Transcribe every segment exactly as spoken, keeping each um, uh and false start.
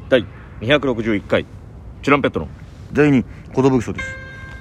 だいにひゃくろくじゅういっかいチュランペットのだいに寿荘です。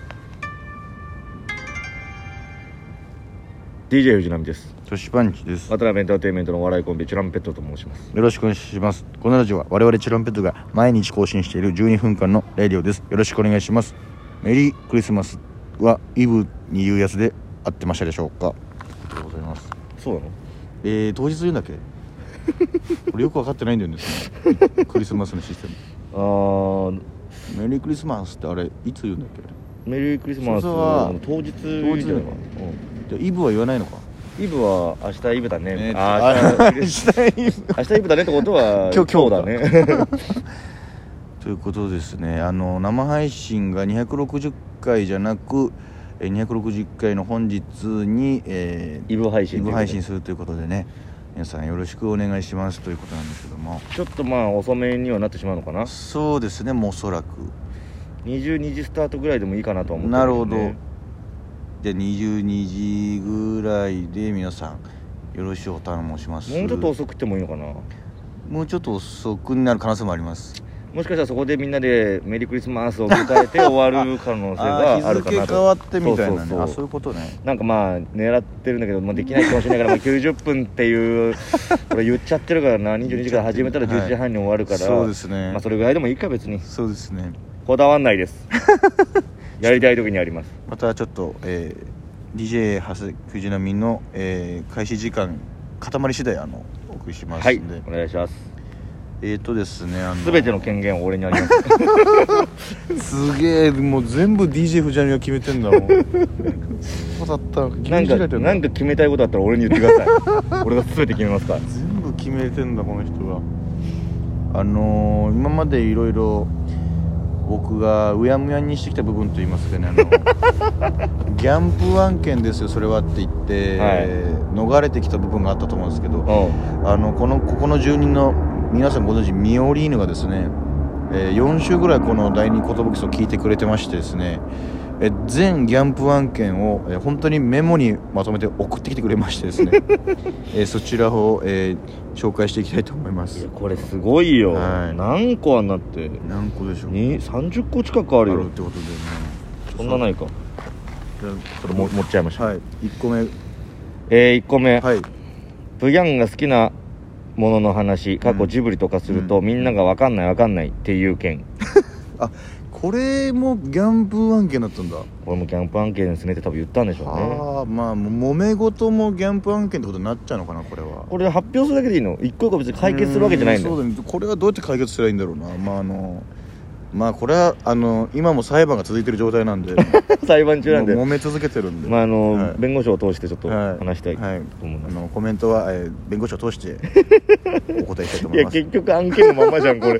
ディージェー 藤波です。 トシパンチです。 渡辺エンターテインメントの笑いコンビチュランペットと申します。 よろしくお願いします。このラジオは我々チュランペットが毎日更新しているじゅうにふんかんのレディオです。よろしくお願いします。メリークリスマスはイブに言うやつで合ってましたでしょうか。ありがとうございます。 そうなの？ えー、当日言うんだっけこれよく分かってないんだよねクリスマスのシステム。あーメリークリスマスってあれいつ言うんだっけ。 メリークリスマスは当日じゃないかな。 じゃあイブは言わないのか。 イブは明日イブだね、 ね、 あ明日イブ明日イブだねってことは今日今日だねということですね。あの生配信がにひゃくろくじゅっかいじゃなくにひゃくろくじゅっかいの本日に、えー、 イブ配信イブ配信するということでね、皆さんよろしくお願いしますということなんですけども、 ちょっとまあ遅めにはなってしまうのかな。 そうですね、もうおそらくにじゅうにじスタートぐらいでもいいかなとは思ってる、ね、 なるほど。でにじゅうにじぐらいで皆さんよろしくお頼みします。 もうちょっと遅くてもいいのかな。 もうちょっと遅くになる可能性もあります。 もしかしたらそこでみんなでメリークリスマスを迎えて終わる可能性があるかなと。 日付変わってみたいなね。 そうそうそう、 あ、そういうことね。 なんかまあ狙ってるんだけど、まあ、できないかもしれないからまあきゅうじゅっぷんっていうこれ言っちゃってるからな。にじゅうにじから始めたらじゅういちじはんに終わるから、はい、 そうですね。 まあそれぐらいでもいいか別に。 そうですね。 こだわんないですやりたい時にやります。 またちょっと、えー、ディージェー 長谷藤波の、えー、開始時間固まり次第あのお送りしますんで、 はい、お願いします。 えーとですね、あの全ての権限は俺にありますすげえ、もう全部 ディージェー 藤波が決めてんだもんそうだったなんかなんか決めたいことあったら俺に言ってください俺が全て決めますから全部決めてんだこの人は。あのー、今までいろいろ僕がうやむやにしてきた部分といいますかね、あのギャンプ案件ですよそれはって言って、はい、逃れてきた部分があったと思うんですけど、あのこのここの住人の皆さんご存知ミオリーヌがですね、えー、よんしゅうぐらいこの第二寿荘を聞いてくれてましてですね、え全ギャンプ案件を、えー、本当にメモにまとめて送ってきてくれましてですね、えー、そちらを、えー、紹介していきたいと思います。 いやこれすごいよ、はい、何個あんなって。 何個でしょう。 さんじゅっこ近くあるよ。 あるってことでね。 そんなないか。ちょっとも持っちゃいました。 はい、いっこめ、 えー、いっこめ、 はい、 プギャンが好きなものの話、過去ジブリとかすると、うん、みんなが分かんない分かんないっていう件あ、これもギャンプ案件だったんだ。 これもギャンプ案件ですねって多分言ったんでしょうね。 ああ、まあ揉め事もギャンプ案件ってことになっちゃうのかな。これはこれ発表するだけでいいの？一個一個別に解決するわけじゃないんだよ。 そうだね。これはどうやって解決すればいいんだろうな。まああのまあこれはあの今も裁判が続いてる状態なんで裁判中なんで揉め続けてるんで、 まああの、 はい、 弁護士を通してちょっと話したいと思います、 はいはい、あのコメントは、えー、弁護士を通してお答えしたいと思います。 いや結局案件のままじゃんこれ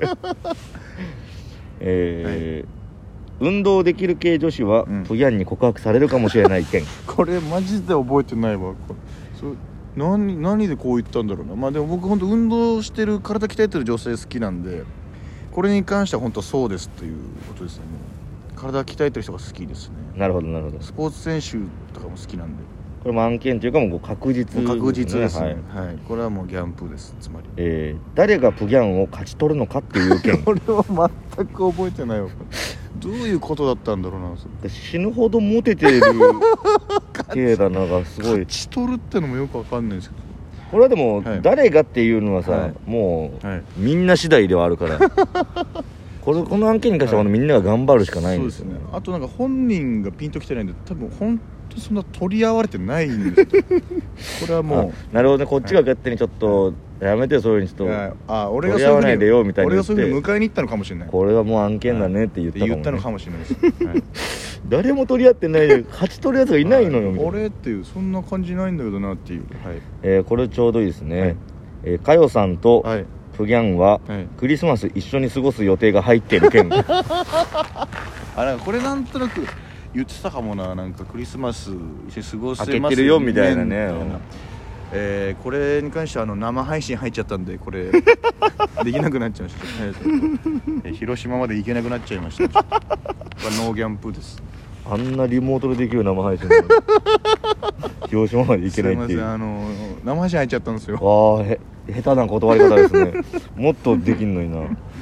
えーはい、運動できる系女子は、うん、プギャンに告白されるかもしれない件これマジで覚えてないわ。これそ何, 何でこう言ったんだろうな。まあでも僕本当運動してる体鍛えてる女性好きなんで、これに関しては本当そうですということですね。体鍛えてる人が好きですね。 なるほどなるほど。 スポーツ選手とかも好きなんで、 これも案件というかもう確実ですね。 確実ですね、 はいはい、これはもうギャンプです。つまり、 えー、誰がプギャンを勝ち取るのかっていう件これは全く覚えてないわ。どういうことだったんだろうな。 死ぬほどモテてる系だながすごい勝ち取るってのもよくわかんないんですけど、 これはでも、はい、誰がっていうのはさ、はい、もう、はい、みんな次第ではあるからこれこの案件に関しては、はい、みんなが頑張るしかないんですよね。 そうですね。あとなんか本人がピンときてないんで多分本当にそんな取り合われてないんですよこれはもうなるほどね。こっちが勝手にちょっと、はい、やめてそういうにちょっと、はい、 あ俺が取り合わないでよみたいに俺がそういうふうに迎えに行ったのかもしれない。 これはもう案件だねって言ったかも、ね、 言ったのかもしれないです、はい、 誰も取り合ってないで勝ち取るやつがいないのよ、はい、 俺っていうそんな感じないんだけどなっていう、はいえー、これちょうどいいですね、はいえー、かよさんと、はいプギャンは、はい、クリスマス一緒に過ごす予定が入ってる件あ、 なんかこれなんとなく言ってたかもな。なんかクリスマス一緒に過ごせます開けてるよみたいなね、うん、 えー、これに関してはあの生配信入っちゃったんでこれできなくなっちゃいました、広島まで行けなくなっちゃいましたノーギャンプです。 あんなリモートでできる生配信広島まで行けないっていう。すいません、 あの生配信入っちゃったんですよ。 ああ、へ下手な断り方ですねもっとできんのにな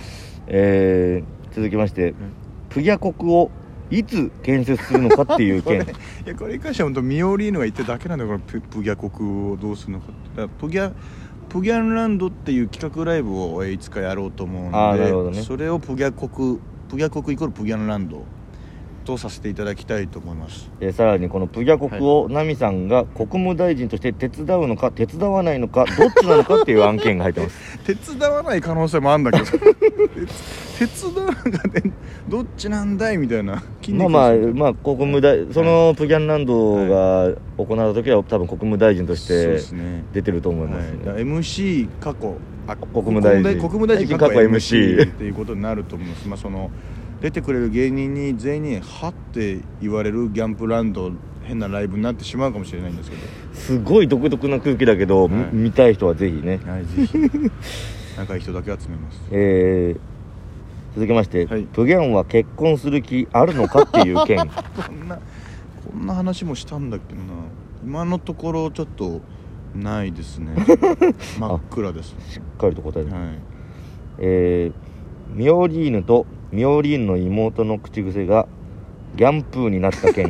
えー、続きまして、うん、プギャ国をいつ建設するのかっていう件いやこれに関しては本当ミオリーヌが言ってるだけなんだよ。この プ, プギャ国をどうするのかって。プギャプギャンランドっていう企画ライブをいつかやろうと思うんで、 あ、なるほどね、 それをプギャ国プギャ国イコールプギャンランドとさせていただきたいと思います。 えー、さらにこのプギャ国をナミさんが国務大臣として手伝うのか手伝わないのかどっちなのかっていう案件が入ってます手伝わない可能性もあるんだけど手伝うのがねどっちなんだいみたいな。 まあまあまあ国務大そのプギャンランドが行われた時は多分国務大臣として出てると思いますね。 はい、エムシー 過去あ国務大臣国務大臣過去 エムシー っていうことになると思います。まあその出てくれる芸人に全員にはって言われるギャンプランド変なライブになってしまうかもしれないんですけど、 すごい独特な空気だけど、はい、見たい人はぜひね、 はい、ぜひ仲いい人だけ集めます。 えー、続きまして、はい、プギャンは結婚する気あるのかっていう件こんなこんな話もしたんだけどな。今のところちょっとないですね真っ暗です。 しっかりと答えて、 はい、 えー、ミオリーヌとミオリーヌの妹の口癖がギャンプーになった件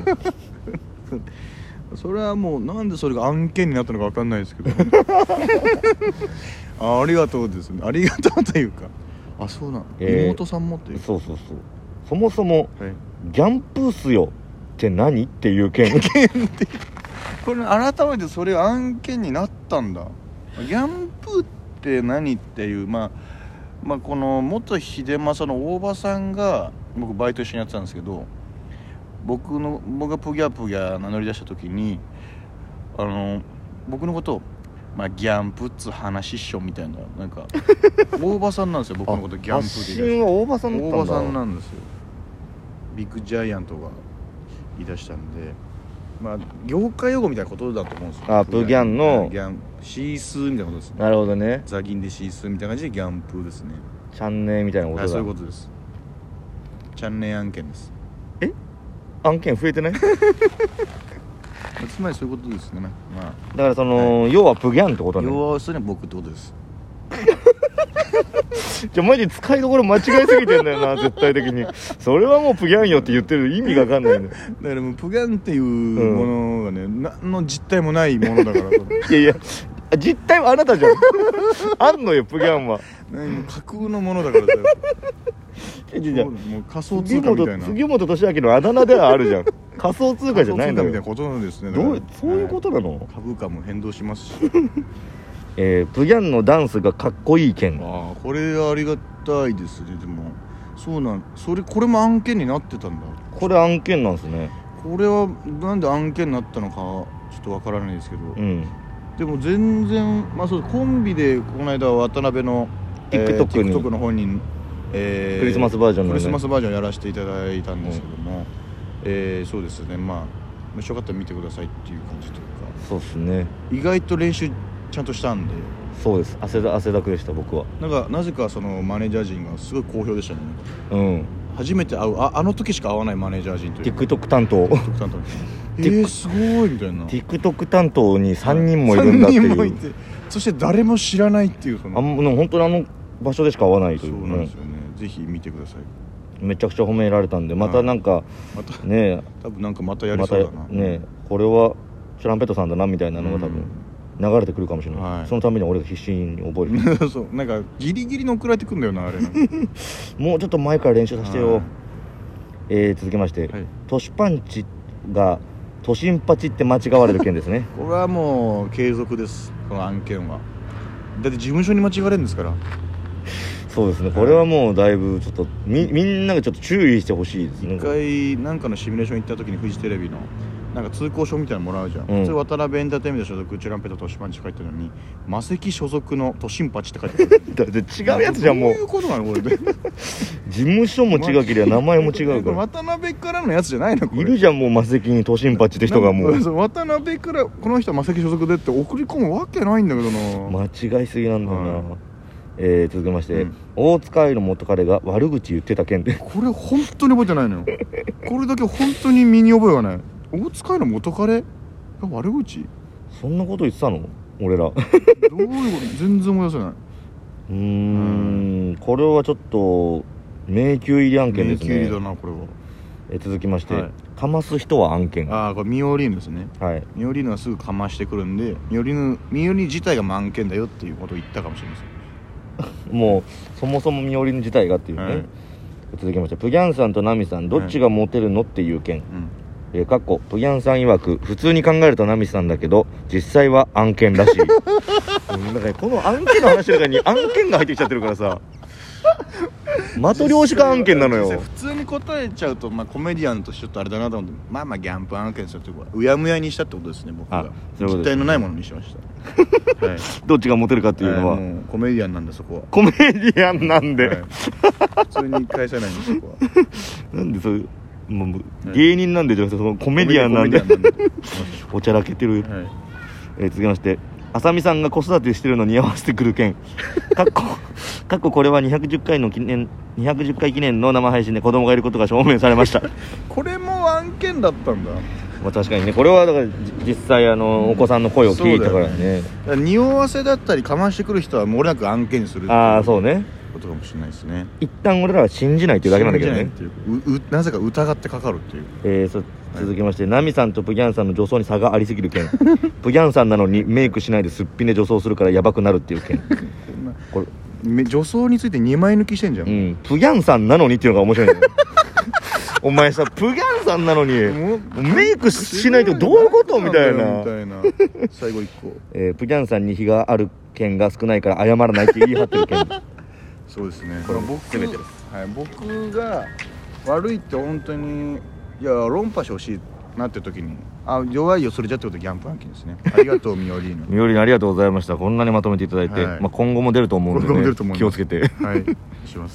それはもうなんでそれが案件になったのか分かんないですけどあ, ありがとうですね。ありがとうというかあそうな、えー、妹さんもっていうそうそうそうそもそも、はい、ギャンプースよって何っていう件これ改めてそれ案件になったんだ。ギャンプーって何っていうまあまあ、この元秀政の大場さんが僕バイト一緒にやってたんですけど、僕の僕がプギャプギャ名乗り出した時にあの僕のことを、まあ、ギャンプっつ話っしょみたいななんか大場さんなんですよ。僕のことギャンプで言い出した。発信は大場さんだったんだ。 大場さんなんですよ。ビッグジャイアントが言い出したんで、まあ業界用語みたいなことだと思うんですよ。 あプギャンのギャンシースーみたいなことですね。 なるほどね。 ザギンでシースーみたいな感じでギャンプですね。 チャンネルみたいなことだ。 そういうことです。チャンネル案件です。 え案件増えてないつまりそういうことですね。まあだからその、はい、要はプギャンってことね。 要はそれは僕ってことですじゃあマジ使いどころ間違いすぎてんだよな絶対的に。それはもうプギャンよって言ってる意味が分かんないんだよ。 だからもうプギャンっていうものがね、うん、何の実体もないものだからいやいや実体はあなたじゃんあんのよプギャンは。 架空のものだからだよもう仮想通貨みたいな。 杉本敏明のあだ名ではあるじゃん仮想通貨じゃないんだよ。 仮想通貨みたいなことなんですね。 どうそういうことなの、 はい、株価も変動しますしえー、プギャンのダンスがかっこいい件。 ああこれありがたいですね。でもそうなんそれこれも案件になってたんだ。 これ案件なんですね。 これはなんで案件になったのかちょっとわからないですけど、うん、でも全然まあそうコンビでこの間渡辺の TikTok に、 えー、TikTok の方に、えー、 クリスマスバージョンの、 ね、クリスマスバージョンやらせていただいたんですけども、うんえー、そうですね。まあもしよかったら見てくださいっていう感じというか。 そうですね。 意外と練習ちゃんとしたんで。 そうです。汗だ汗だくでした僕は。 なんかなぜかそのマネージャー陣がすごい好評でしたね。 うん初めて会う あ, あの時しか会わないマネージャー陣という TikTok 担当 TikTok 担当えー、すごいみたいな。 TikTok 担当にさんにんもいるんだっていう、 さんにんもいてそして誰も知らないっていうそのあの本当にあの場所でしか会わないという、 そうなんですよね、うん、ぜひ見てください。 めちゃくちゃ褒められたんでまたなんか、 またね多分なんかまたやりそうだな、 またねこれはトランペットさんだなみたいなのが多分流れてくるかもしれない、はい、そのために俺が必死に覚えてそうなんかギリギリの送られてくんだよなあれもうちょっと前から練習させてよ、はいえー、続きまして、はい、トシパンチがトシンパチって間違われる件ですねこれはもう継続です。この案件はだって事務所に間違われるんですから。 そうですね、これはもうだいぶちょっと み, みんながちょっと注意してほしいですね。 一回なんかのシミュレーション行った時にフジテレビのなんか通行証みたいなのもらうじゃん、うん、普通渡辺エンターテインメント所属チュランペットトシパンチ書いてるのにマセキ所属のトシンパチって書いてあるだって違うやつじゃんもう。 どういうことなのこれで事務所も違うけりゃ名前も違うから渡辺からのやつじゃないのこれ。 いるじゃんもうマセキにトシンパチって人がもう渡辺からこの人はマセキ所属でって送り込むわけないんだけどな。 間違いすぎなんだよな、はいえー、続きまして、うん、大塚愛の元彼が悪口言ってた件でこれ本当に覚えてないのよこれだけ本当に身に覚えがない。大塚愛の元彼が悪口そんなこと言ってたの俺らどういうこと全然思い出せない。 うーん、うん、これはちょっと迷宮入り案件ですね。 迷宮入りだなこれは。 え続きまして、 はい、 かます人は案件。 ああこれミオリーヌですね。 はい、 ミオリーヌはすぐかましてくるんで、ミオリーヌミオリーヌ自体が案件だよっていうことを言ったかもしれません。 もうそもそもミオリーヌ自体がっていうね、はい、続きまして、プギャンさんとナミさんどっちがモテるのっていう件、はい、えー、かっこプギャンさん曰く普通に考えるとナミさんだけど実際は案件らしい。なんかこの案件の話の中に案件が入ってきちゃってるからさ、的漁師か案件なのよ。 普通に答えちゃうと、まあ、コメディアンとしてちょっとあれだなと思って、まあまあギャンプ案件ですよっていうかうやむやにしたってことですね。僕が実体のないものにしました、はい、 どっちがモテるかっていうのは、 はい、もうコメディアンなんでそこはコメディアンなんで、はい、 普通に返さないんでそこは。 なんでそういうもう芸人なんでじゃなくてそのコメディアンなんでおちゃらけてる、はい、えー、続きまして、あさみさんが子育てしてるのに合わせてくる件。かっこかっここれはにひゃくじゅっかいの記念にひゃくじゅっかい記念の生配信で子供がいることが証明されました。 これも案件だったんだ。 まあ確かにね、これはだから実際あの、うん、お子さんの声を聞いたからね。 匂わせだったりかましてくる人はもれなく案件にする。 ああそうね、 ことかもしれないですね。 一旦俺らは信じないっていうだけなんだけどね。 ううなぜか疑ってかかるっていう。えー、そ続きまして、はい、ナミさんとプギャンさんの女装に差がありすぎる件。プギャンさんなのにメイクしないですっぴんで女装するからヤバくなるっていう件。 これ女装についてにまい抜きしてんじゃん、 うん、プギャンさんなのにっていうのが面白いんだよ。お前さプギャンさんなのにメイクしないとどういうことみたいな最後一個、 えー、プギャンさんに非がある件が少ないから謝らないって言い張ってる件。 そうですね、 これ僕攻めてる、 はい、僕が悪いって本当にいや論破してほしいなって時にあ弱いよそれじゃってことでギャンプ案件ですね。ありがとうミオリーヌ。 ミオリーヌありがとうございました。こんなにまとめていただいて、はい、まあ、今後も出ると思うんで、ね、 今後も出ると思います。 気をつけてはいします。